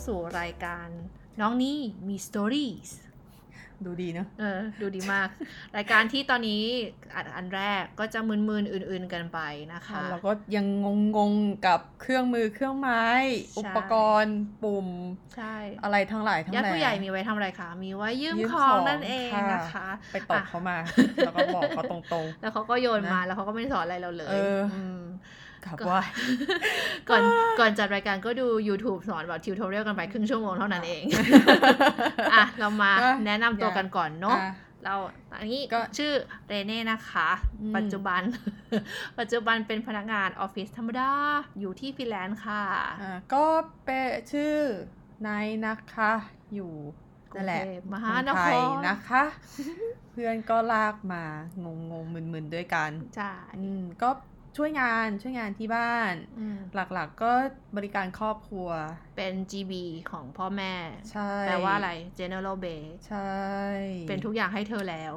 สู่รายการน้องนี่มี Stories ดูดีเนอะดูดีมาก รายการที่ตอนนี้อันแรกก็จะมึนๆอื่นๆกันไปนะคะเราก็ยังงงๆกับเครื่องมือเครื่องไม้อุปกรณ์ปุ่มใช่อะไรทั้งหลายทั้งแหล่ญาติผู้ใหญ่มีไว้ทำอะไรคะมีไว้ยืมของนั่นเองนะคะไปตบเขามาแล้วก็บอกเขาตรงๆแล้วเขาก็โยนมาแล้วเขาก็ไม่สอนอะไรเราเลยกับว่าก่อนจัดรายการก็ดู YouTube สอนแบบทิวทอเรียลกันไปครึ่งชั่วโมงเท่านั้นเองเรามาแนะนำตัวกันก่อนเนาะเราอันนี้ก็ชื่อเรเน่นะคะปัจจุบันเป็นพนักงานออฟฟิศธรรมดาอยู่ที่ฟินแลนด์ค่ะก็เป็นชื่อนายนะคะอยู่นั่นแหละมหานครนะคะ เพื่อนก็ลากมางงมึนๆด้วยกันใช่ก็ช่วยงานที่บ้านหลักๆก็บริการครอบครัวเป็น GB ของพ่อแม่ใช่แปลว่าอะไร General Bay ใช่เป็นทุกอย่างให้เธอแล้ว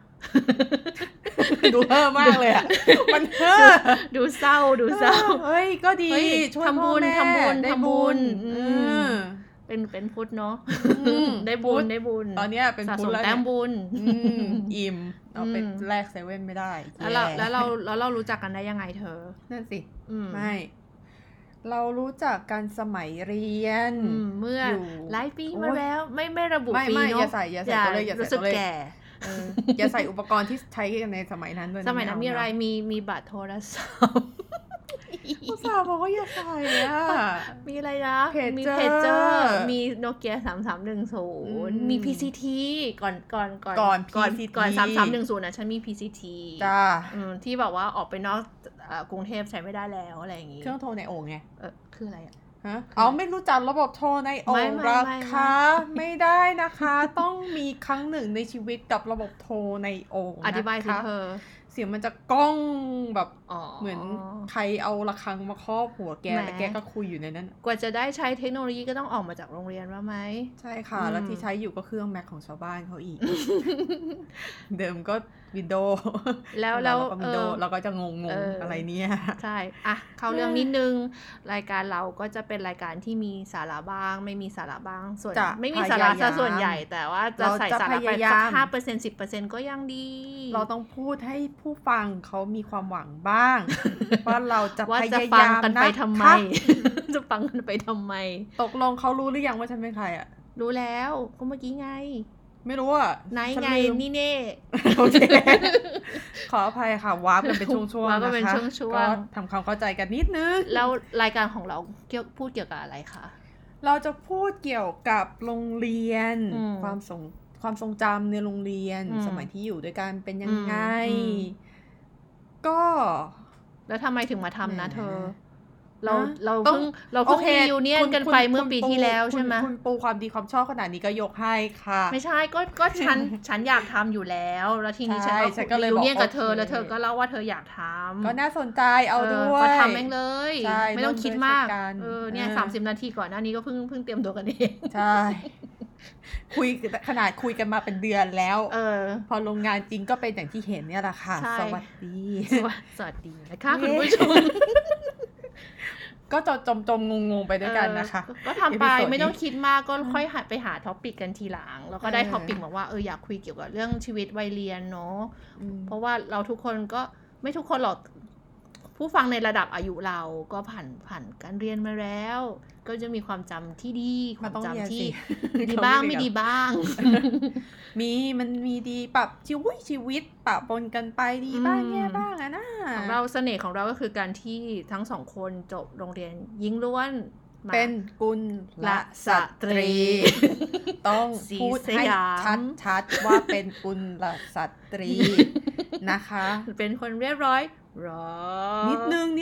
ดูเฮ่อมากเลยอ่ะมันเฮ่อดูเศร้าเฮ้ยก็ดีช่วยพ่อแม่ได้บุญเป็นพุทธเนาะได้บุญตอนนี้เป็นพุทธแล้วแต้มบุญอิ่มเอาไปแลกเซเว่นไม่ได้แล้วเรารู้จักกันได้ยังไงเธอนั่นสิไม่เรารู้จักกันสมัยเรียนเมื่อหลายปีมาแล้วไม่ระบุปีเนาะอย่าใส่ตัวเลขรู้สึกแก่อย่าใส่อุปกรณ์ที่ใช้กันในสมัยนั้นด้วยสมัยนั้นมีอะไรมีบัตรโทรศัพท์อุตส่าห์บอกว่าอย่าใส่มีอะไรนะมีเพจเจอร์มีโนเกีย3310มี PCT ก่อน 3310นะฉันมี PCT จ้าที่แบบว่าออกไปนอกกรุงเทพใช้ไม่ได้แล้วอะไรอย่างงี้เครื่องโทรในโอ่งไงคืออะไรไม่รู้จักระบบโทรในโอ่งราคาไม่ได้นะคะต้องมีครั้งหนึ่งในชีวิตกับระบบโทรในโอ่งอธิบายสิเธอเสียงมันจะก้องแบบเหมือนใครเอาระฆังมาครอบหัวแกแล้วแกก็คุยอยู่ในนั้นกว่าจะได้ใช้เทคโนโลยีก็ต้องออกมาจากโรงเรียนว่าไหมใช่ค่ะแล้วที่ใช้อยู่ก็เครื่องแม็กของชาวบ้านเขาอีก เดิมก็วินโดว์แล้วเราก็จะงงอะไรเนี่ยใช่เข้าเรื่องนิดนึงรายการเราก็จะเป็นรายการที่มีสาระบ้างไม่มีสาระบ้างส่วนไม่มีสาระซะส่วนใหญ่แต่ว่าจะใส่สาระไปสัก 5% 10% ก็ยังดีเราต้องพูดให้ผู้ฟังเขามีความหวังบ้างว่าเราจะพยายามกันไปทำไมจะฟังกันไปทำไมตกลงเขารู้หรือยังว่าฉันเป็นใครรู้แล้วก็เมื่อกี้ไงไม่รู้ไหนไงนี่เน่โอเคขออภัยค่ะวาร์ปกันเป็นช่วงๆนะคะก็ทำความเข้าใจกันนิดนึงแล้วรายการของเราพูดเกี่ยวกับอะไรคะเราจะพูดเกี่ยวกับโรงเรียนความทรงจำในโรงเรียนสมัยที่อยู่ด้วยกันเป็นยังไงก็แล้วทำไมถึงมาทำนะเธอเราเพิ่งรียูเนียนกันไปเมื่อปีที่แล้วใช่ไหมคุณปูความดีความชอบขนาดนี้ก็ยกให้ค่ะไม่ใช่ก็ฉันอยากทำอยู่แล้วทีนี้ฉันก็รียูเนียนกับเธอแล้วเธอก็เล่าว่าเธออยากทำก็น่าสนใจเอาด้วยก็ทำเองเลยไม่ต้องคิดมากเนี่ย30 นาทีก่อนหน้านี้ก็เพิ่งเตรียมตัวกันเองใช่ขนาดคุยกันมาเป็นเดือนแล้วพอลงงานจริงก็เป็นอย่างที่เห็นเนี่ยแหละค่ะสวัสดีนะคะคุณผู้ชมก็จะจมงงไปด้วยกันนะคะก็ทำไปไม่ต้องคิดมากก็ค่อยไปหาท็อปิกกันทีหลังแล้วก็ได้ท็อปิกบอกว่าอยากคุยเกี่ยวกับเรื่องชีวิตวัยเรียนเนาะเพราะว่าเราทุกคนก็ไม่ทุกคนหรอกผู้ฟังในระดับอายุเราก็ผ่านการเรียนมาแล้วก็จะมีความจำที่ดีความจำที่ดีบ้างไม่ดีบ้างมันมีดีปรับชีวิตปะปนกันไปดีบ้างแย่บ้างนะของเราเสน่ห์ของเราก็คือการที่ทั้งสองคนจบโรงเรียนหญิงล้วนเป็นกุลสตรีต้องพูดให้ชัดว่าเป็นกุลสตรีนะคะเป็นคนเรียบร้อยนิดนึง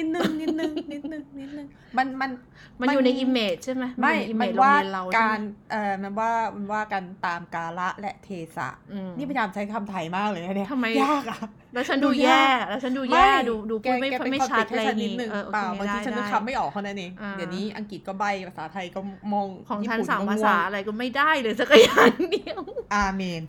มันอยู่ในอิมเมจใช่ไหมไม่มันว่าการมันว่ากันตามกาลและเทศะนี่พยายามใช้คำไทยมากเลยเนี่ยทำไมยากแล้วฉันดูแย่ดูพูดไม่ชัดอะไรนิดนึงเปล่าบางทีฉันนึกคำไม่ออกเท่านั้นเองเดี๋ยวนี้อังกฤษก็ใบภาษาไทยก็มองของฉัน3 ภาษาอะไรก็ไม่ได้เลยสักอย่างเดียวอาเมน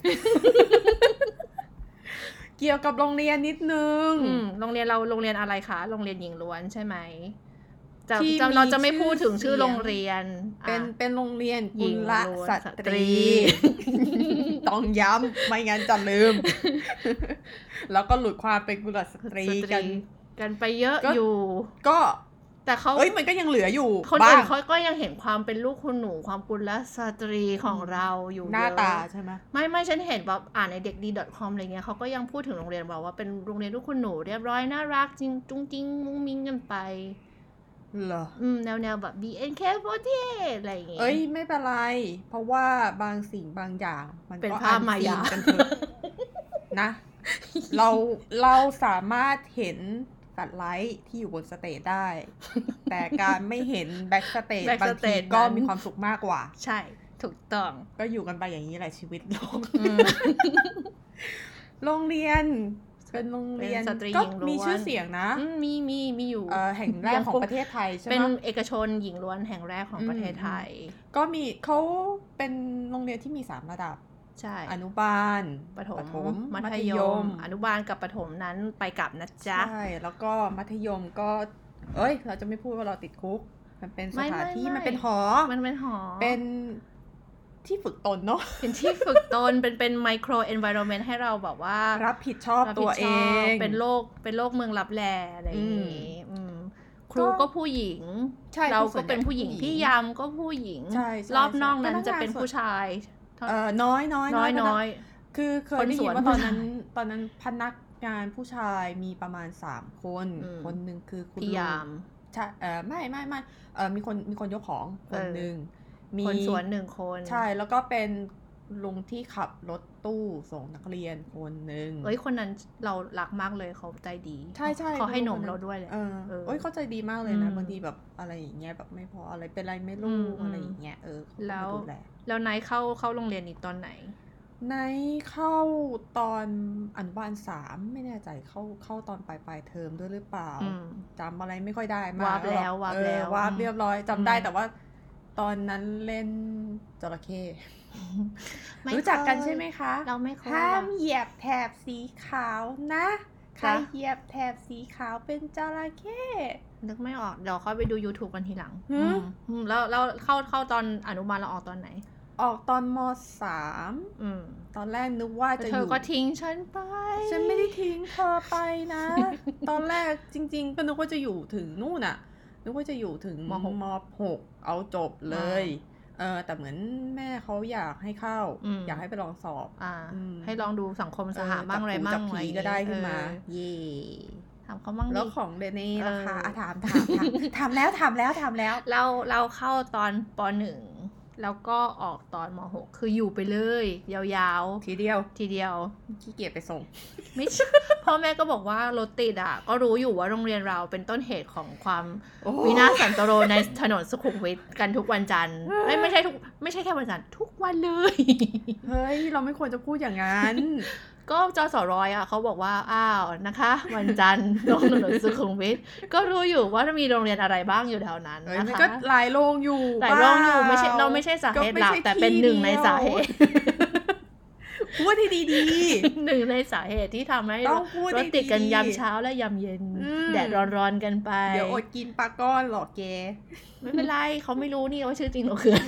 เกี่ยวกับโรงเรียนนิดนึงโรงเรียนเราโรงเรียนอะไรคะโรงเรียนหญิงล้วนใช่ไหมเราจะไม่พูดถึงชื่อโรงเรียนเป็นโรงเรียนหญิกุงลล้วนสตรี ต้องย้ำไม่งั้นจะลืม แล้วก็หลุดความเป็นกุลสตรีกันไปเยอะอยู่ก็แต่เขามันก็ยังเหลืออยู่คนอื่นเขาก็ยังเห็นความเป็นลูกคุณหนูความกุลสตรีของเราอยู่เยอะหน้าตาใช่ไหมไม่ฉันเห็นแบบอ่านในเด็กดี .com อะไรเงี้ยเขาก็ยังพูดถึงโรงเรียนบอกว่าเป็นโรงเรียนลูกคุณหนูเรียบร้อยน่ารักจริงจุ้งจิ้งมุ้งมิ้งกันไปเหรอแนวแบบ BNK48 อะไรอย่างเงี้ยไม่เป็นไรเพราะว่าบางสิ่งบางอย่างมันเป็นก็ภาพมายากันเถอะนะเราสามารถเห็นตัดไลท์ที่อยู่บนสเตจได้ แต่การไม่เห็นแบ็กสเตจบางทีก็มีความสุขมากกว่าใช่ถูกต้องก็อยู่กันไปอย่างนี้แหละชีวิตโลกโรงเรียนเป็นโรงเรียนก็มีชื่อเสียงนะมีอยู่แห่งแรกของประเทศไทยใช่ไหมเป็นเอกชนหญิงล้วนแห่งแรกของประเทศไทยก็มีเขาเป็นโรงเรียนที่มี3ระดับใช่อนุบาลประถมมัธยมอนุบาลกับประถมนั้นไปกลับนะจ๊ะใช่แล้วก็มัธยมก็เราจะไม่พูดว่าเราติดคุกมันเป็นสถานที่มันเป็นหอเป็นที่ฝึกตนเนาะเป็นที่ฝึกตนเป็นไมโครเอนไวรอนเมนต์ให้เราแบบว่ารับผิดชอบตัวเองเป็นโลกเมืองลับแลอะไรอย่างนี้ครูก็ผู้หญิงเราก็เป็นผู้หญิงพี่ยามก็ผู้หญิงรอบนอกนั้นจะเป็นผู้ชายน้อยคือเคยได้ยินว่าตอนนั้นพนักงานผู้ชายมีประมาณ3คนคนนึงคือคุณพี่ยามใช่ไม่มีคนยกของคนนึงมีคนสวน1คนใช่แล้วก็เป็นลุงที่ขับรถตู้ส่งนักเรียนคนนึงคนนั้นเรารักมากเลยเขาใจดีใช่เขาให้นมเราด้วยเลยเขาใจดีมากเลยนะบางทีแบบอะไรอย่างเงี้ยแบบไม่พออะไรเป็นไรไม่รู้อะไรอย่างเงี้ยแล้วไนท์เข้าโรงเรียนนี้ตอนไหนไนท์เข้าตอนอนุบาล3ไม่แน่ใจเข้าตอนปลายเทอมด้วยหรือเปล่าจำอะไรไม่ค่อยได้มากวาบแล้ววาบเรียบร้อยจำได้แต่ว่าตอนนั้นเล่นจระเข้รู้จักกันใช่ไหมคะเราไม่เคยห้ามเหยียบแถบสีขาวนะใครเหยียบแถบสีขาวเป็นจระเข้นึกไม่ออกเดี๋ยวค่อยไปดู YouTube กันทีหลังแล้วเข้าตอนอนุบาลเราออกตอนไหนออกตอนม.3 ตอนแรกนึกว่าจะอยู่เธอก็ทิ้งฉันไปฉันไม่ได้ทิ้งเธอไปนะ ตอนแรกจริงๆก็นึกว่าจะอยู่ถึงนู่นน่ะนึกว่าจะอยู่ถึงม.6 เอาจบเลยแต่เหมือนแม่เขาอยากให้เข้าอยากให้ไปลองสอบให้ลองดูสังคมสหะบ้างอะไรบ้างอะไรก็ได้ขึ้นมาเย่ถามเขาบ้างแล้วของเดนนี่นะคะถามแล้วเราเข้าตอนป.1แล้วก็ออกตอนม.6 คืออยู่ไปเลยยาวๆทีเดียวขี้เกียจไปส่งไม่พ่อแม่ก็บอกว่ารถติดก็รู้อยู่ว่าโรงเรียนเราเป็นต้นเหตุของความวินาศสันตโรในถนนสุขุมวิทกันทุกวันจันทร์ไม่ใช่แค่วันจันทร์ทุกวันเลยเฮ้ยเราไม่ควรจะพูดอย่างนั้นก็จสร้อยเขาบอกว่านะคะวันจันทร์ลงถนนสุขุมวิทก็รู้อยู่ว่ามีโรงเรียนอะไรบ้างอยู่แถวนั้นนะคะก็หลายโรงอยู่ไม่ใช่เราไม่ใช่สาเหตุหลักแต่เป็นหนึ่งในสาเหตุพูดที่ดีๆหนึ่งในสาเหตุที่ทำให้รถติดกันยามเช้าและยามเย็นแดดร้อนๆกันไปเดี๋ยวอดกินปลาก้อนหรอกแกไม่เป็นไรเขาไม่รู้นี่ว่าชื่อจริงเราคือ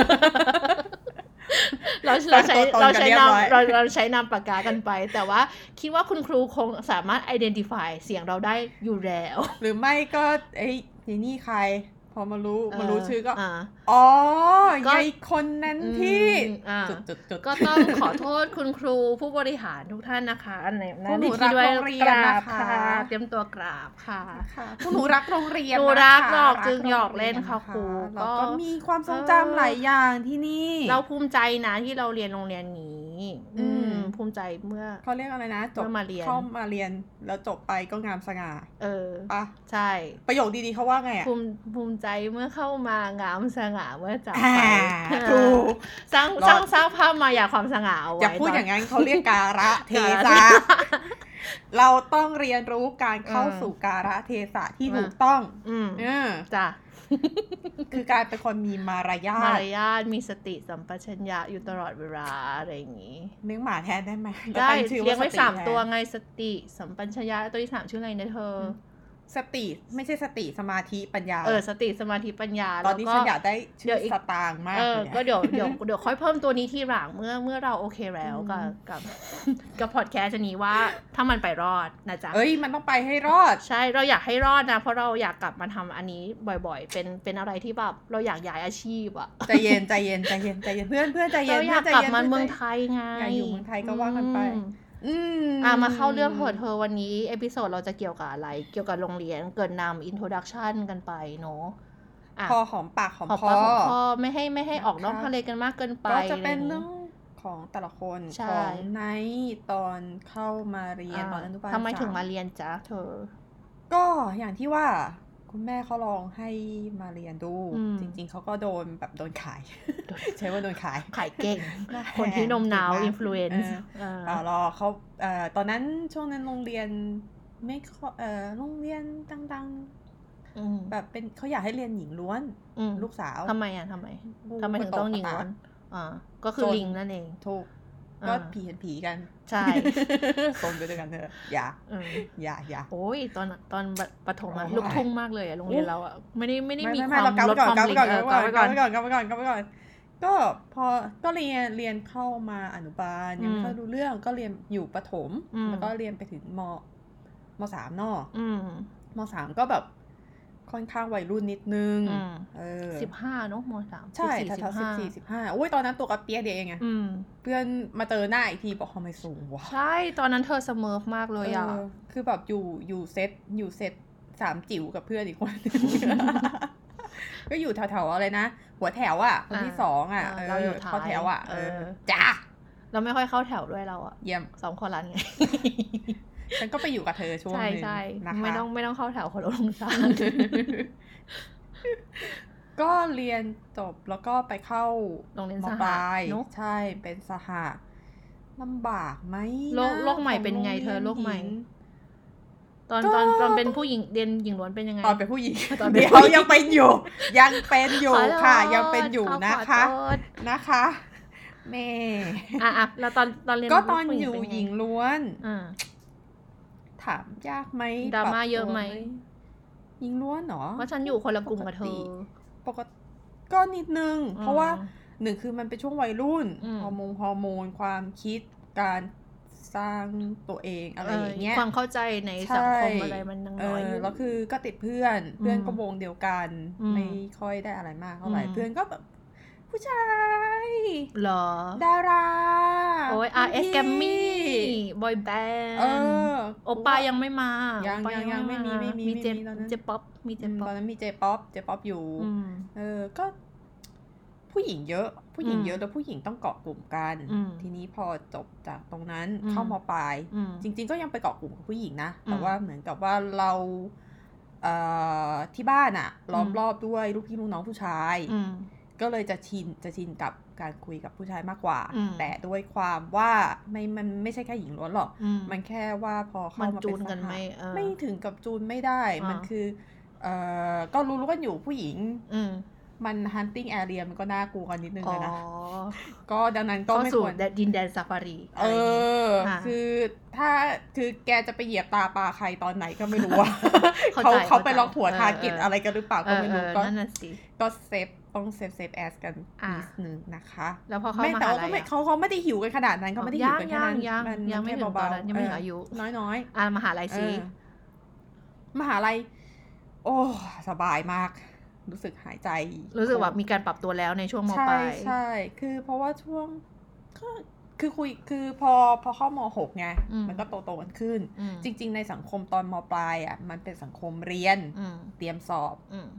เราใช้นามปากกากันไปแต่ว่าคิดว่าคุณครูคงสามารถ identify เสียงเราได้อยู่แล้วหรือไม่ก็นี่ใครพอมารู้ชื่อก็ยายคนนั้นที่จุดก็ต้องขอโทษคุณครูผู้บริหารทุกท่านนะคะในที่ด้วยกราบค่ะเตรียมตัวกราบค่ะหนูรักโรงเรียนหนูรักหรอกจึงหยอกเล่นค่ะครูก็มีความทรงจำหลายอย่างที่นี่เราภูมิใจนะที่เราเรียนโรงเรียนนี้ภูมิใจเมื่อเขาเรียกอะไรนะจบเข้ามาเรียนแล้วจบไปก็งามสง่าปะใช่ประโยคดีๆเขาว่าไงภูมิใจเมื่อเข้ามางามสง่าเมื่อจากไปถูกสร้างภาพมายาความสง่าเอาไว้อย่าพูดอย่างนั้นเขาเรียกการะเทศะเราต้องเรียนรู้การเข้าสู่การะเทศะที่ถูกต้องจ้ะคือการเป็นคนมีมารยาทมีสติสัมปชัญญะอยู่ตลอดเวลาอะไรอย่างนี้เลี้ยงหมาแทนได้ไหมได้เลี้ยงไว้3ตัวไงสติสัมปชัญญะตัวที่3ชื่ออะไรนะเธอสติไม่ใช่สติสมาธิปัญญาสติสมาธิปัญญาตอนนี้ฉันอยากได้ชื่อสตางค์มากก็เดี๋ยวค่อยเพิ่มตัวนี้ที่หลังเมื่อเราโอเคแล้วกับพอดแคสต์นี้ว่าถ้ามันไปรอดนะจ๊ะมันต้องไปให้รอดใช่เราอยากให้รอดนะเพราะเราอยากกลับมาทำอันนี้บ่อยๆเป็นอะไรที่แบบเราอยากย้ายอาชีพอะใจเย็นเพื่อนใจเย็นเราอยากกลับมาเมืองไทยไงอยากอยู่เมืองไทยก็ว่ากันไปมาเข้าเรื่องเธอวันนี้เอพิโซดเราจะเกี่ยวกับอะไรเกี่ยวกับโรงเรียนเกิดนำ introduction กันไปเนาะพอหอมปากหอมคอไม่ให้ออกนอกทะเลกันมากเกินไปก็จะเป็นเรื่องของแต่ละคนของไนท์ตอนเข้ามาเรียนตอนอนุบาลทำไมถึงมาเรียนจ๊ะเธอก็อย่างที่ว่าคุณแม่เขาลองให้มาเรียนดูจริงๆเขาก็โดนแบบโดนขายใช่ว่าโดนขายเก่งคนที่นมน้าวอินฟลูเอนซ์รอเขาตอนนั้นช่วงนั้นโรงเรียนไม่โรงเรียนดังๆแบบเป็นเขาอยากให้เรียนหญิงล้วนลูกสาวทำไมถึงต้องหญิงล้วนก็คือลิงนั่นเองถูกก็ผีเห็นผีกันใช่ซนไปด้วยกันเถอะอย่าโอ้ยตอนประถมลูกทุ่งมากเลยโรงเรียนเราไม่ได้มีความลดความลิงกลับไปก่อนก็พอก็เรียนเข้ามาอนุบาลยังไม่ค่อยรู้เรื่องก็เรียนอยู่ประถมแล้วก็เรียนไปถึงม.3 เนาะม.3 ก็แบบค่อนข้างวัยรุ่นนิดนึง 15เนาะม.3 ใช่ถ้า14-15โอ้ยตอนนั้นตัวกระเปี๊ยกเดียวเองไงเพื่อนมาเจอหน้าอีกทีบอกทำไมสูงวะใช่ตอนนั้นเธอเสมอมากเลยอ่ะคือแบบอยู่เซต3จิ๋วกับเพื่อนอีกคนก็อยู่แถวๆอะไรนะหัวแถวอ่ะคนที่2อ่ะเราอยู่ท้ายเข้าแถวอ่ะจ้าเราไม่ค่อยเข้าแถวด้วยเราอ่ะเยี่ยม 2คนละไงฉันก็ไปอยู่กับเธอช่วงนึงนะคะไม่ต้องเข้าแถวคนละองศาก็เรียนจบแล้วก็ไปเข้าโรงเรียนสหใช่เป็นสหลำบากไหมโลกใหม่เป็นไงเธอโลกใหม่ตอนเป็นผู้หญิงเรียนหญิงล้วนเป็นยังไงตอนเป็นผู้หญิงเดี๋ยวยังเป็นอยู่ค่ะยังเป็นอยู่นะคะแม่แล้วตอนเรียนก็ตอนอยู่หญิงล้วนถามยากไหมดราม่าเยอะไหมหญิงล้วนเหรอเพราะฉันอยู่คนละกลุ่มกับเธอปกติก็นิดนึงเพราะว่า1คือมันเป็นช่วงวัยรุ่นฮอร์โมนความคิดการสร้างตัวเองอะไรอย่างเงี้ยความเข้าใจในสังคมอะไรมันน้อยแล้วคือก็ติดเพื่อนก็วงเดียวกันไม่ค่อยได้อะไรมากเท่าไหร่เพื่อนก็แบบผู้ชายเหรอดาราโอ้ย RS แกมมี่บอยแบนด์โอป้ายังไม่มายังไม่มีเจป๊อปตอนนั้นมีเจป๊อปอยู่ก็ผู้หญิงเยอะแล้วผู้หญิงต้องเกาะกลุ่มกันทีนี้พอจบจากตรงนั้นเข้ามปลายจริงๆก็ยังไปเกาะกลุ่มกับผู้หญิงนะแต่ว่าเหมือนกับว่าเราที่บ้านอะล้อมรอบด้วยลูกพี่ลูกน้องผู้ชายก็เลยจะชินกับการคุยกับผู้ชายมากกว่าแต่ด้วยความว่ามันไม่ใช่แค่หญิงล้วนหรอกมันแค่ว่าพอเข้ามาเป็นสหไม่ถึงกับจูนไม่ได้มันคือก็รู้กันอยู่ผู้หญิงมัน hunting area มันก็น่ากลัวกันนิดนึงเลยนะก็ดังนั้นก็ไม่ควรดินแดนซาฟารีคือถ้าคือแกจะไปเหยียบตาปลาใครตอนไหนก็ไม่รู้ว่าเขาไปล็อกหัวทาร์เก็ตอะไรกันหรือเปล่าก็ไม่รู้ก็ต้องเซฟแอสกันนิดนึงนะคะแล้วพอเข้ามหาลัยเขาไม่ได้หิวกันขนาดนั้นเขาไม่ได้หิวกันขนาดนั้นยังไม่ถึงตอนนั้นยังไม่ถึงอายุน้อยมหาลัยสิมหาลัยโอ้สบายมากรู้สึกหายใจรู้สึกว่ามีการปรับตัวแล้วในช่วงม.ปลายใช่คือเพราะว่าช่วงก็คือพอเข้าม.6 ไงมันก็โตกันขึ้นจริงๆในสังคมตอนม.ปลายอ่ะมันเป็นสังคมเรียนเตรียมสอบ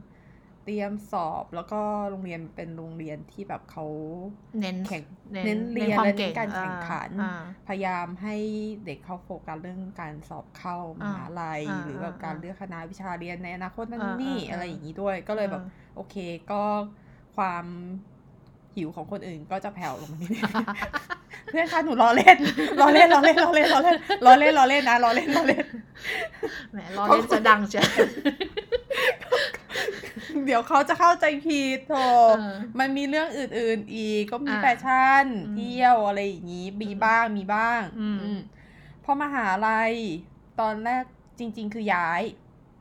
แล้วก็โรงเรียนเป็นโรงเรียนที่แบบเขาเน้นเรียนและเน้นการแข่งขันพยายามให้เด็กเขาโฟกัสเรื่องการสอบเข้ามหาลัยหรือแบบการเลือกคณะวิชาเรียนในอนาคตนั่นนี่อะไรอย่างนี้ด้วยก็เลยแบบโอเคก็ความหิวของคนอื่นก็จะแผ่วลงมานิดนึงเพื่อนคะหนูล้อเล่นนะล้อเล่นแหมล้อเล่นจะดังเชียวเดี๋ยวเขาจะเข้าใจผิดโธ่มันมีเรื่องอื่นๆอีกก็มีแฟชั่นเที่ยวอะไรอย่างนี้มีบ้างพอมหาลัยตอนแรกจริงๆคือย้าย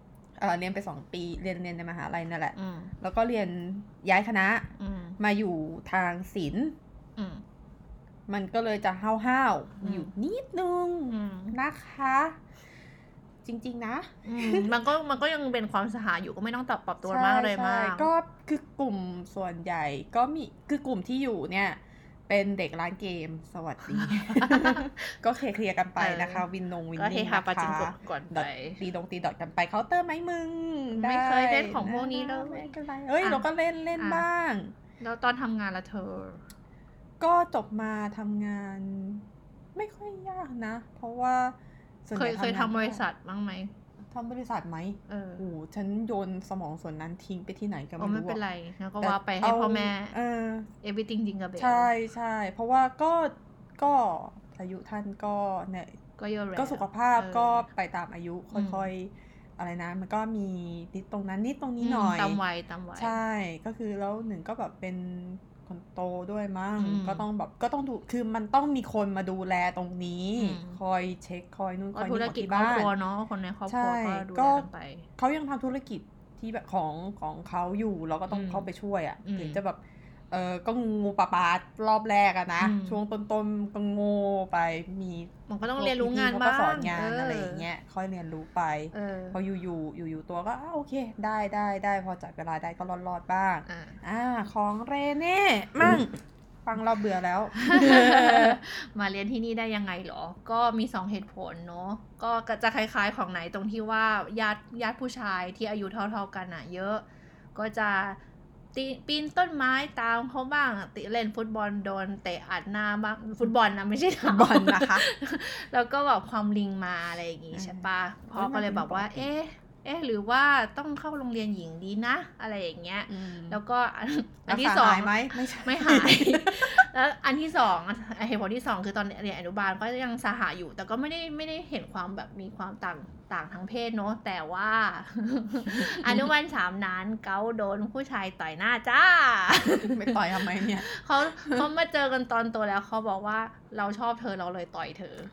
เรียนไป2 ปีเรียนในมหาลัยนั่นแหละแล้วก็เรียนย้ายคณะมาอยู่ทางศิลป์มันก็เลยจะห้าวๆอยู่นิดนึงนะคะจริงๆนะมันก็ยังเป็นความสหาอยู่ก็ไม่ต้องปรับตัวมากเลยมากก็คือกลุ่มส่วนใหญ่ก็มีคือกลุ่มที่อยู่เนี่ยเป็นเด็กร้านเกมสวัสดี ก็เคลียร์กันไปนะคะวินนิ่งก็เฮฮาปาจิงกดก่อนไปตีดอทกันไปเคาน์เตอร์ไหมมึงไม่เคยเล่นของพวกนี้เลยเราก็เล่นบ้างแล้วตอนทำงานละเธอก็จบมาทำงานไม่ค่อยยากนะเพราะว่าเคยทำบริษัทบ้างไหมทำบริษัทไหมโอ้ฉันโยนสมองส่วนนั้นทิ้งไปที่ไหนก็ไม่รู้ไม่เป็นไรแล้วก็ว่าไปให้พ่อแม่everything จริงกับเบลใช่เพราะว่าก็อายุท่านก็เนี่ยก็สุขภาพก็ไปตามอายุค่อยๆอะไรนะมันก็มีนิดตรงนั้นนิดตรงนี้หน่อยตามวัยใช่ก็คือแล้วหนึ่งก็แบบเป็นคนโตด้วยมั้งก็ต้องดูคือมันต้องมีคนมาดูแลตรงนี้คอยเช็คคอยนู่นคอยนี่ของที่บ้านธุรกิจครอบครัวเนาะคนในครอบครัวก็ดูแลกันไปเขายังทำธุรกิจที่แบบของเขาอยู่เราก็ต้องเข้าไปช่วยอ่ะถึงจะแบบก็งูปลารอบแรกอะนะช่วงต้นก็โง่ไปมันก็ต้องเรียนรู้งานบ้างสอนงานอะไรอย่างเงี้ยค่อยเรียนรู้ไปพออยู่ตัวก็โอเคได้พอจัดเวลาได้ก็รอดบ้างของเรเน่มั่งฟังเราเบื่อแล้วมาเรียนที่นี่ได้ยังไงหรอก็มี2เหตุผลเนาะก็จะคล้ายๆของไหนตรงที่ว่าญาติผู้ชายที่อายุเท่าๆกันอะเยอะก็จะปีนต้นไม้ตามเขาบ้างเล่นฟุตบอลโดนเตะอัดหน้าบ้างฟุตบอลนะไม่ใช่ฟุตบอลนะคะแล้วก็แบบความลิงมาอะไรอย่างงี้ใช่ปะพ่อก็เลยบอกว่าเอ๊ะหรือว่าต้องเข้าโรงเรียนหญิงดีนะอะไรอย่างเงี้ยแล้วก็อันที่2ไม่หายแล้วอันที่2เหตุผลที่2คือตอนเรียนอนุบาลก็ยังสหะอยู่แต่ก็ไม่ได้เห็นความแบบมีความต่างทางเพศเนาะแต่ว่าอนุบาล3นั้นเก้าโดนผู้ชายต่อยหน้าจ้าไม่ต่อยทำไมเนี่ยเขามาเจอกันตอนโตแล้วเขาบอกว่าเราชอบเธอเราเลยต่อยเธอ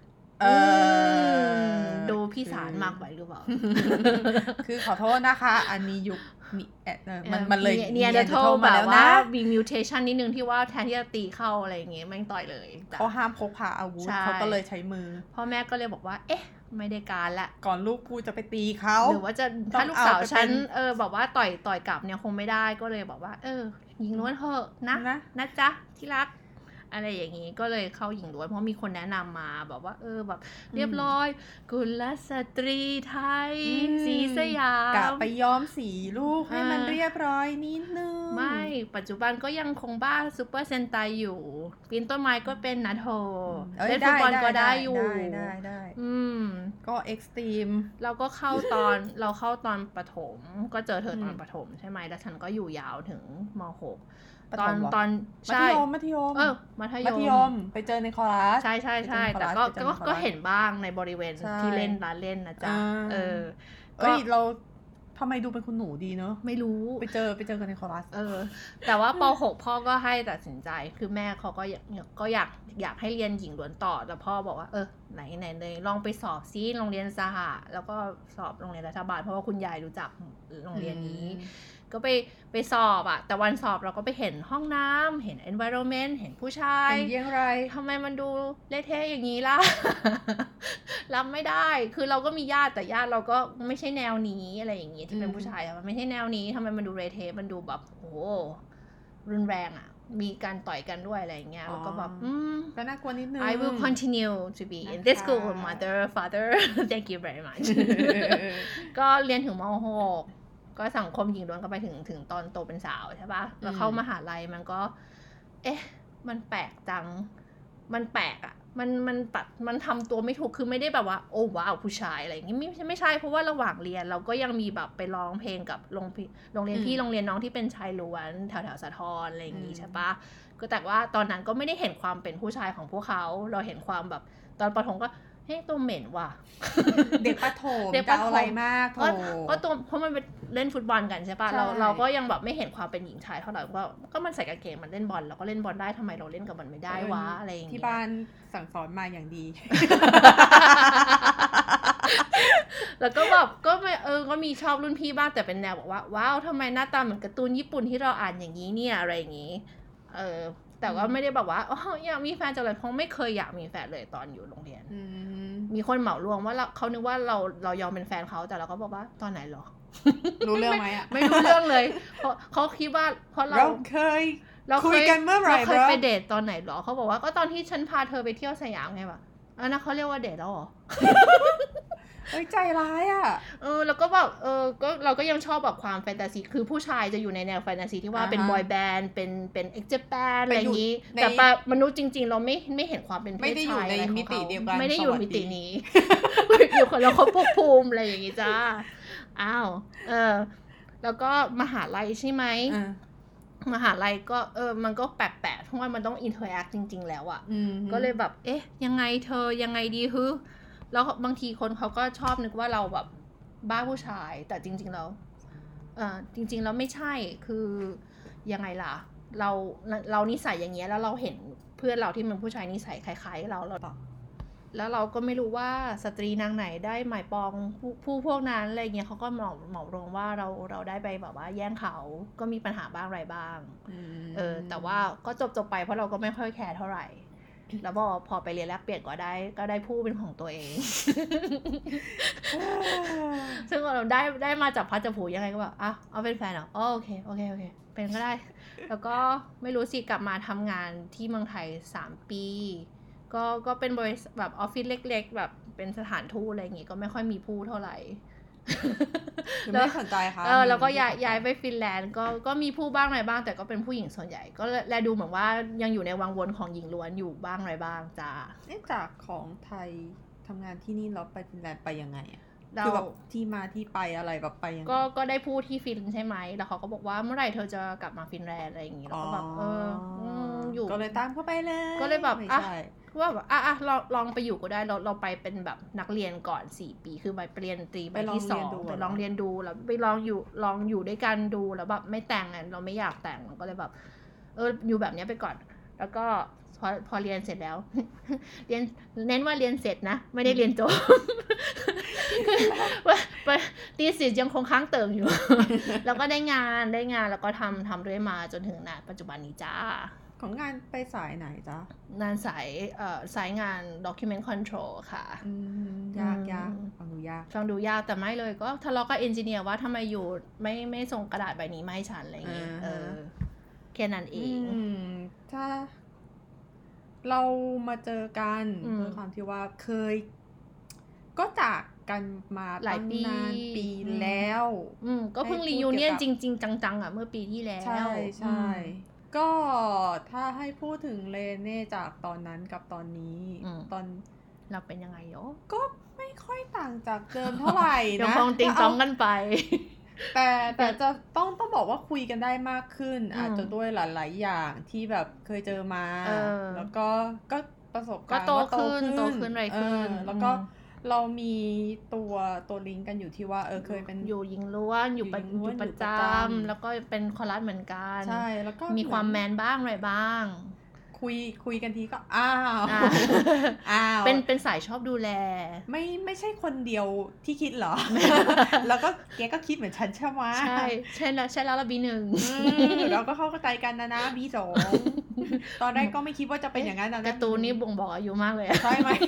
ดูพี่สารมากไปหรือเปล่าคือขอโทษนะคะอันนี้ยุคมันเลยเนียเดโทมาแล้วนะมีมิวเทชันนิดนึงที่ว่าแทนที่จะตีเข้าอะไรอย่างเงี้ยแม่งต่อยเลยเขาห้ามพกพาอาวุธเขาก็เลยใช้มือพ่อแม่ก็เลยบอกว่าเอ๊ะไม่ได้การละก่อนลูกกูจะไปตีเขาหรือว่าจะถ้าลูกสาวฉันบอกว่าต่อยกลับเนี่ยคงไม่ได้ก็เลยบอกว่ายิงล้วนเถอะนะจ๊ะที่รักอะไรอย่างนี้ก็เลยเข้าหญิงล้วนเพราะมีคนแนะนำมาแบบว่าแบบเรียบร้อยกุลสตรีไทยสีสยามกะไปย้อมสีลูกให้มันเรียบร้อยนิดนึงไม่ปัจจุบันก็ยังคงบ้าซุปเปอร์เซนไตอยู่ปีนต้นไม้ก็เป็นนะโถเล่นฟุตบอลก็ได้อยู่ได้ก็เอ็กซ์ตรีมเราเข้าตอนประถมก็เจอเธอตอนประถมใช่ไหมแล้วฉันก็อยู่ยาวถึงม.6ตอนมัธยมมัธยมไปเจอในคอรัสใช่แต่ก็เห็นบ้างในบริเวณที่เล่นร้านเล่นนะจ๊ะเราทำไมดูเป็นคุณหนูดีเนอะไม่รู้ไปเจอกันในคอรัสแต่ว่าป.6 พ่อก็ให้ตัดสินใจคือแม่เขาก็อยากให้เรียนหญิงล้วนต่อแต่พ่อบอกว่าไหนเลยลองไปสอบซิโรงเรียนสหะแล้วก็สอบโรงเรียนรัฐบาลเพราะว่าคุณยายรู้จักโรงเรียนนี้ก็ไปสอบอะแต่วันสอบเราก็ไปเห็นห้องน้ำเห็น environment เห็นผู้ชายเป็นยังไงทำไมมันดูเละเทะอย่างนี้ล่ะ รับไม่ได้คือเราก็มีญาติแต่ญาติเราก็ไม่ใช่แนวนี้อะไรอย่างงี้ที่เป็นผู้ชายมันไม่ใช่แนวนี้ทำไมมันดูเละเทะมันดูแบบโอ้รุนแรงอะมีการต่อยกันด้วยอะไรอย่างเงี้ยแล้วก็แบบก็น่ากลัวนิดนึง I will continue to be in this school mother father thank you very much ก็เรียนถึงม.6ก็สังคมหญิงล้วนก็ไปถึงตอนโตเป็นสาวใช่ปะแล้วเข้ามหาลัยมันก็มันแปลกจังมันแปลกอ่ะมันทำตัวไม่ถูกคือไม่ได้แบบว่าโอ้ว้าวผู้ชายอะไรอย่างงี้ไม่ใช่เพราะว่าระหว่างเรียนเราก็ยังมีแบบไปร้องเพลงกับโรงเรียนพี่โรงเรียนน้องที่เป็นชายล้วนแถวสะทรอะไรอย่างงี้ใช่ปะก็แต่ว่าตอนนั้นก็ไม่ได้เห็นความเป็นผู้ชายของพวกเขาเราเห็นความแบบตอนประถมก็ตัวเหม็นว่ะเด็กประถมจะเอาอะไรมากก็ตัวเพราะมันเป็นเล่นฟุตบอลกันใช่ป่ะเราก็ยังแบบไม่เห็นความเป็นหญิงชายเท่าไหร่ก็มันใส่กางเกงมันเล่นบอลเราก็เล่นบอลได้ทำไมเราเล่นกับมันไม่ได้วะอะไรอย่างเงี้ยที่บ้านสั่งสอนมาอย่างดีแล้วก็แบบก็ไม่ก็มีชอบรุ่นพี่บ้างแต่เป็นแนวบอกว่าว้าวทำไมหน้าตาเหมือนการ์ตูนญี่ปุ่นที่เราอ่านอย่างนี้เนี่ยอะไรอย่างนี้แต่ก็ไม่ได้แบบว่าอยากมีแฟนจังเลยเพราะไม่เคยอยากมีแฟนเลยตอนอยู่โรงเรียนมีคนเหมารวมว่าเขานึกว่าเรายอมเป็นแฟนเขาแต่เราก็บอกว่าตอนไหนหรอรู้เรื่องไหมอ่ะไม่รู้เรื่องเลยเพราะเขาคิดว่าเพราะเราเคยคุยกันเมื่อไหร่เราเคยไปเดทตอนไหนหรอเขาบอกว่าก็ตอนที่ฉันพาเธอไปเที่ยวสยามไงวะอันนั้นเขาเรียกว่าเดทแล้วหรอใจร้ายอ่ะแล้วก็แบบก็เราก็ยังชอบแบบความแฟนตาซีคือผู้ชายจะอยู่ในแนวแฟนตาซีที่ว่าเป็นบอยแบนด์เป็นเอ็กเจแปนอะไรอย่างนี้แต่มนุษย์จริงๆเราไม่เห็นความเป็นเพศชายอะไรของเขาไม่ได้อยู่มิตินี้ อยู่คนละภพภูมิอะไรอย่างงี้จ้าอ้าวแล้วก็มหาลัยใช่ไหมมหาลัยก็มันก็แปลกๆเพราะว่ามันต้องอินเทอร์แอคจริงๆแล้วอ่ะก็เลยแบบยังไงเธอยังไงดีฮึแล้วบางทีคนเขาก็ชอบนึกว่าเราแบบบ้าผู้ชายแต่จริงๆแล้วจริงๆแล้วไม่ใช่คือยังไงล่ะเรานิสัยอย่างเงี้ยแล้วเราเห็นเพื่อนเราที่เป็นผู้ชายนิสัยคล้ายๆเราแล้วเราก็ไม่รู้ว่าสตรีนางไหนได้หมายปองพวกนั้นอะไรเงี้ยเขาก็เหมารวมว่าเราได้ไปแบบว่าแย่งเขาก็มีปัญหาบ้างอะไรบ้างแต่ว่าก็จบไปเพราะเราก็ไม่ค่อยแคร์เท่าไหร่แล้วพอไปเรียนแลกเปลี่ยนก็ได้ผู้เป็นของตัวเอง ซึ่งเราได้มาจากพัดจับผูยังไงก็แบบเอาเป็นแฟนเหรอโอเคเป็นก็ได้แล้วก็ไม่รู้สิกลับมาทำงานที่เมืองไทย3 ปีก็เป็นบริษัทแบบออฟฟิศเล็กๆแบบเป็นสถานทูตอะไรอย่างงี้ก็ไม่ค่อยมีผู้เท่าไหร่แล้วไม่สนใจค่ะแล้วก็ย้ายไปฟินแลนด์ก็มีผู้บ้างอะไรบ้างแต่ก็เป็นผู้หญิงส่วนใหญ่ก็แลดูเหมือนว่ายังอยู่ในวังวนของหญิงล้วนอยู่บ้างอะไรบ้างจ้าจากของไทยทำงานที่นี่แล้วไปฟินแลนด์ไปยังไงอ่ะคือแบบที่มาที่ไปอะไรแบบไปยังไงก็ได้พูดที่ฟินใช่ไหมแล้วเขาก็บอกว่าเมื่อไหร่เธอจะกลับมาฟินแลนด์อะไรอย่างงี้แล้วก็แบบอยู่ก็เลยตามเข้าไปเลยก็เลยแบบว่าแบบลองไปอยู่ก็ได้เราไปเป็นแบบนักเรียนก่อน4 ปีคือไปเรียนตรีใบที่2ไปลองเรียนดูแล้วไปลองอยู่ด้วยกันดูแล้วแบบไม่แต่งเราไม่อยากแต่งก็เลยแบบอยู่แบบนี้ไปก่อนแล้วก็พอเรียนเสร็จแล้ว เน้นว่าเรียนเสร็จนะไม่ได้เรียนจบ ตีสิทธิ์ยังคงค้างเติมอยู่ แล้วก็ได้งานแล้วก็ทำด้วยมาจนถึงปัจจุบันนี้จ้าของงานไปสายไหนจ๊ะงานสายงาน document control ค่ะยากฟังดูยากแต่ไม่เลยก็ทะเลาะกับเอนจิเนียร์ว่าทำไมอยู่ไม่ส่งกระดาษใบนี้มาให้ฉันอะไรอย่างเงี้ยแค่นั้นเองถ้าเรามาเจอกันด้วยความที่ว่าเคยก็จากกันมาหลายปีแล้วก็เพิ่งรียูเนียนจริงๆจังๆเมื่อปีที่แล้วใช่ก็ถ้าให้พูดถึงเลเน่จากตอนนั้นกับตอนนี้ตอนเราเป็นยังไงก็ไม่ค่อยต่างจากเดิมเท่าไหร่นะยังคงติงต้องกันไปแต่จะต้องบอกว่าคุยกันได้มากขึ้นอาจจะด้วยหลายๆอย่างที่แบบเคยเจอมาแล้วก็ประสบการณ์โตขึ้นอะไรขึ้นแล้วก็เรามีตัวลิงก์กันอยู่ที่ว่าเคยเป็นอยู่หญิงล้วนอยู่ประจำแล้วก็เป็นคอรัสเหมือนกันใช่แล้วก็มีความแมนบ้างอะไรบ้างคุยกันทีก็เป็นสายชอบดูแลไม่ใช่คนเดียวที่คิดเหรอ แล้วก็แกก็คิดเหมือนฉันใช่ไหมใช่แล้วละB1 เราก็เข้าใจกันนะB2 ตอนแรกก็ไม่คิดว่าจะเป็นอย่างนั้นนะการ์ตูนนี่บ่งบอกอายุมากเลยใช่ไหม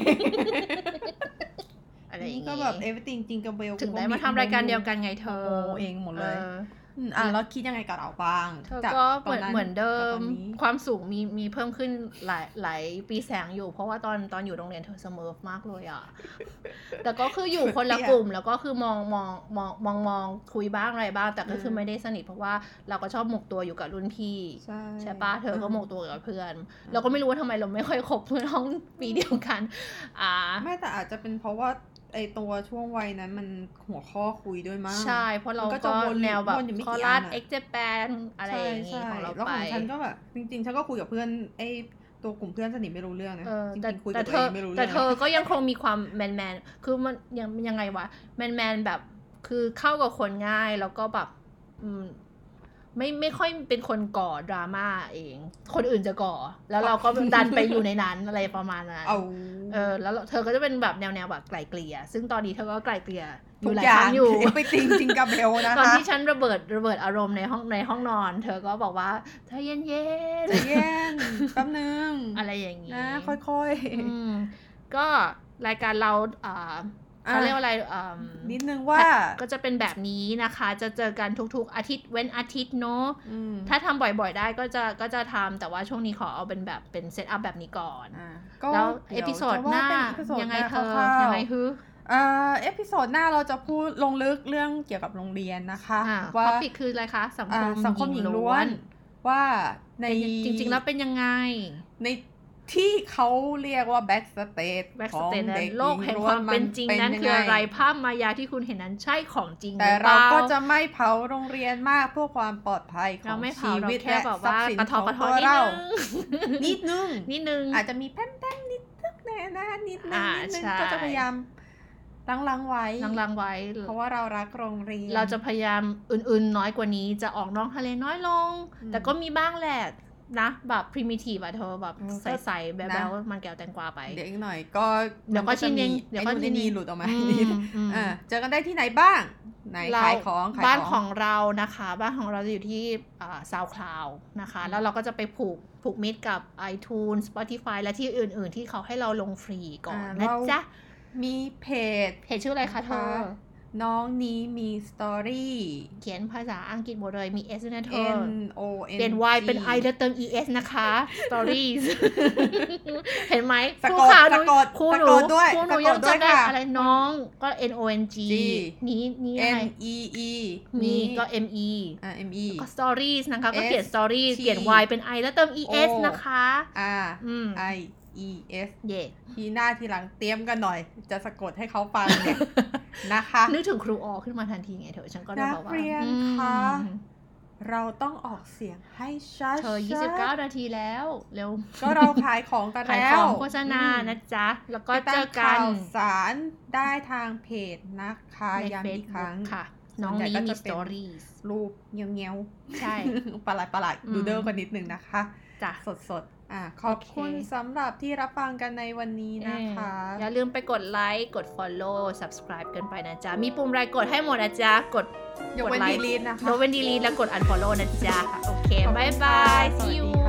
อะไรอย่างงี้ก็แบบ everything จริงกับเบลถึงได้มาทำรายการเดียวกันไงเธอเองหมดเลยแล้วคิดยังไงกับเราบ้างเธอก็เหมือนเดิมความสูงมีเพิ่มขึ้นหลายปีแสงอยู่เพราะว่าตอนอยู่โรงเรียนเธอเสมอมากเลยอ่ะแต่ก็คืออยู่คนละกลุ่มแล้วก็คือมองคุยบ้างอะไรบ้างแต่ก็คือไม่ได้สนิทเพราะว่าเราก็ชอบหมกตัวอยู่กับรุ่นพี่ใช่ปะเธอก็หมกตัวกับเพื่อนเราก็ไม่รู้ว่าทำไมเราไม่ค่อยคบเพื่อนห้องปีเดียวกันไม่แต่อาจจะเป็นเพราะว่าไอตัวช่วงวัยนั้นมันหัวข้อคุยด้วยมั้งใช่เพราะเราก็แนวแบบคอรัสเอ็กเจแปนอะไรอย่างงี้ของเราไปแล้วของฉันก็แบบจริงๆฉันก็คุยกับเพื่อนไอตัวกลุ่มเพื่อนสนิทไม่รู้เรื่องนะจริงๆคุยกับตัวเองไม่รู้เรื่องแต่เธอก็ยังคงมีความแมนคือมันยังไงวะแมนแบบคือเข้ากับคนง่ายแล้วก็แบบไม่ค่อยเป็นคนก่อดราม่าเองคนอื่นจะก่อแล้วเราก็ดันไปอยู่ในนั้นอะไรประมาณนั้นแล้วเธอก็จะเป็นแบบแนวแบบไกลเกลี่ยซึ่งตอนนี้เธอก็ไกลเกลี่ยอยู่หลายครั้งอยู่ไปติงจิงกับเบลนะคะตอนที่ฉันระเบิดอารมณ์ในห้องนอนเธอก็บอกว่าเธอเย็นแป๊บนึงอะไรอย่างงี้นะค่อยๆก็รายการเราเขาเรียกว่าอะไรนิดนึงว่าก็จะเป็นแบบนี้นะคะจะเจอกันทุกๆอาทิตย์เว้นอาทิตย์เนาะถ้าทำบ่อยๆได้ก็จะทำแต่ว่าช่วงนี้ขอเอาเป็นแบบเป็นเซตอัพแบบนี้ก่อนแล้วเอพิโซดหน้ายังไงเธอยังไงฮึเอพิโซดหน้าเราจะพูดลงลึกเรื่องเกี่ยวกับโรงเรียนนะคะว่าท็อปิกคืออะไรคะสังคมหญิงล้วนว่าในจริงๆแล้วเป็นยังไงในที่เขาเรียกว่าแบ็กสเตจของเด็กโลกแห่งความเป็นจริงนั้นคืออะไรภาพมายาที่คุณเห็นนั้นใช่ของจริงแต่เราก็จะไม่เผาโรงเรียนมากเพื่อความปลอดภัยของชีวิตและทรัพย์สินของพวกเรานิดนึงอาจจะมีแป้นนิดนึงนะนิดนึงก็จะพยายามลังไว้เพราะว่าเรารักโรงเรียนเราจะพยายามอื่นๆน้อยกว่านี้จะออกนอกทะเลน้อยลงแต่ก็มีบ้างแหละนะแบบ primitive อะเธอแบบใส่ๆแบบมันแก้วแตงกวาไปเดี๋ยวอีกหน่อยก็เดี๋ยวก็ชิ้นนึงเดี๋ยวก็จะมีหลุดออกมานิดเจอกันได้ที่ไหนบ้างไหนขายของบ้านของเรานะคะบ้านของเราจะอยู่ที่SoundCloud นะคะแล้วเราก็จะไปผูกมิตรกับ iTunes Spotify และที่อื่นๆที่เขาให้เราลงฟรีก่อนนะจ๊ะมีเพจชื่ออะไรคะเธอน้องนี้มีสตอรี่เขียนภาษาอังกฤษหมดเลยมี S นะเธอ NONG เปลี่ยน Y เป็น I แล้วเติม ES นะคะ Stories เห็นไหมครูขาหนูครูหนูยังจำได้อะไรน้องก็ NONG นี้อะไร NEE มีก็ ME ก็ Stories นะคะก็เขียน Stories เปลี่ยน Y เป็น I แล้วเติม ES นะคะ IES ทีหน้าทีหลังเตรียมกันหน่อยจะสะกดให้เขาฟังเนี่ยนะคะนึกถึงครูออขึ้นมาทันทีไงเถอะฉันก็ได้บอกว่านักเรียนคะเราต้องออกเสียงให้ชัดเธอ29 นาทีแล้วเร็วก็เราขายของกันแล้วขายของโฆษณานะจ๊ะแล้วก็เจอกันข่าวสารได้ทางเพจนะคะย้ำอีกครั้งค่ะน้องนี้มีสตอรี่รูปเงี้ยวๆใช่ประหลาดดูเดิมกันนิดนึงนะคะจ้ะสดขอบคุณสำหรับที่รับฟังกันในวันนี้นะคะอย่าลืมไปกดไลค์กด follow subscribe กันไปนะจ๊ะมีปุ่มอะไรกดให้หมดนะจ๊ะกดไลค์นะคะยกเว้น delete แล้วกด unfollow นะจ๊ะโอเคบายบาย see you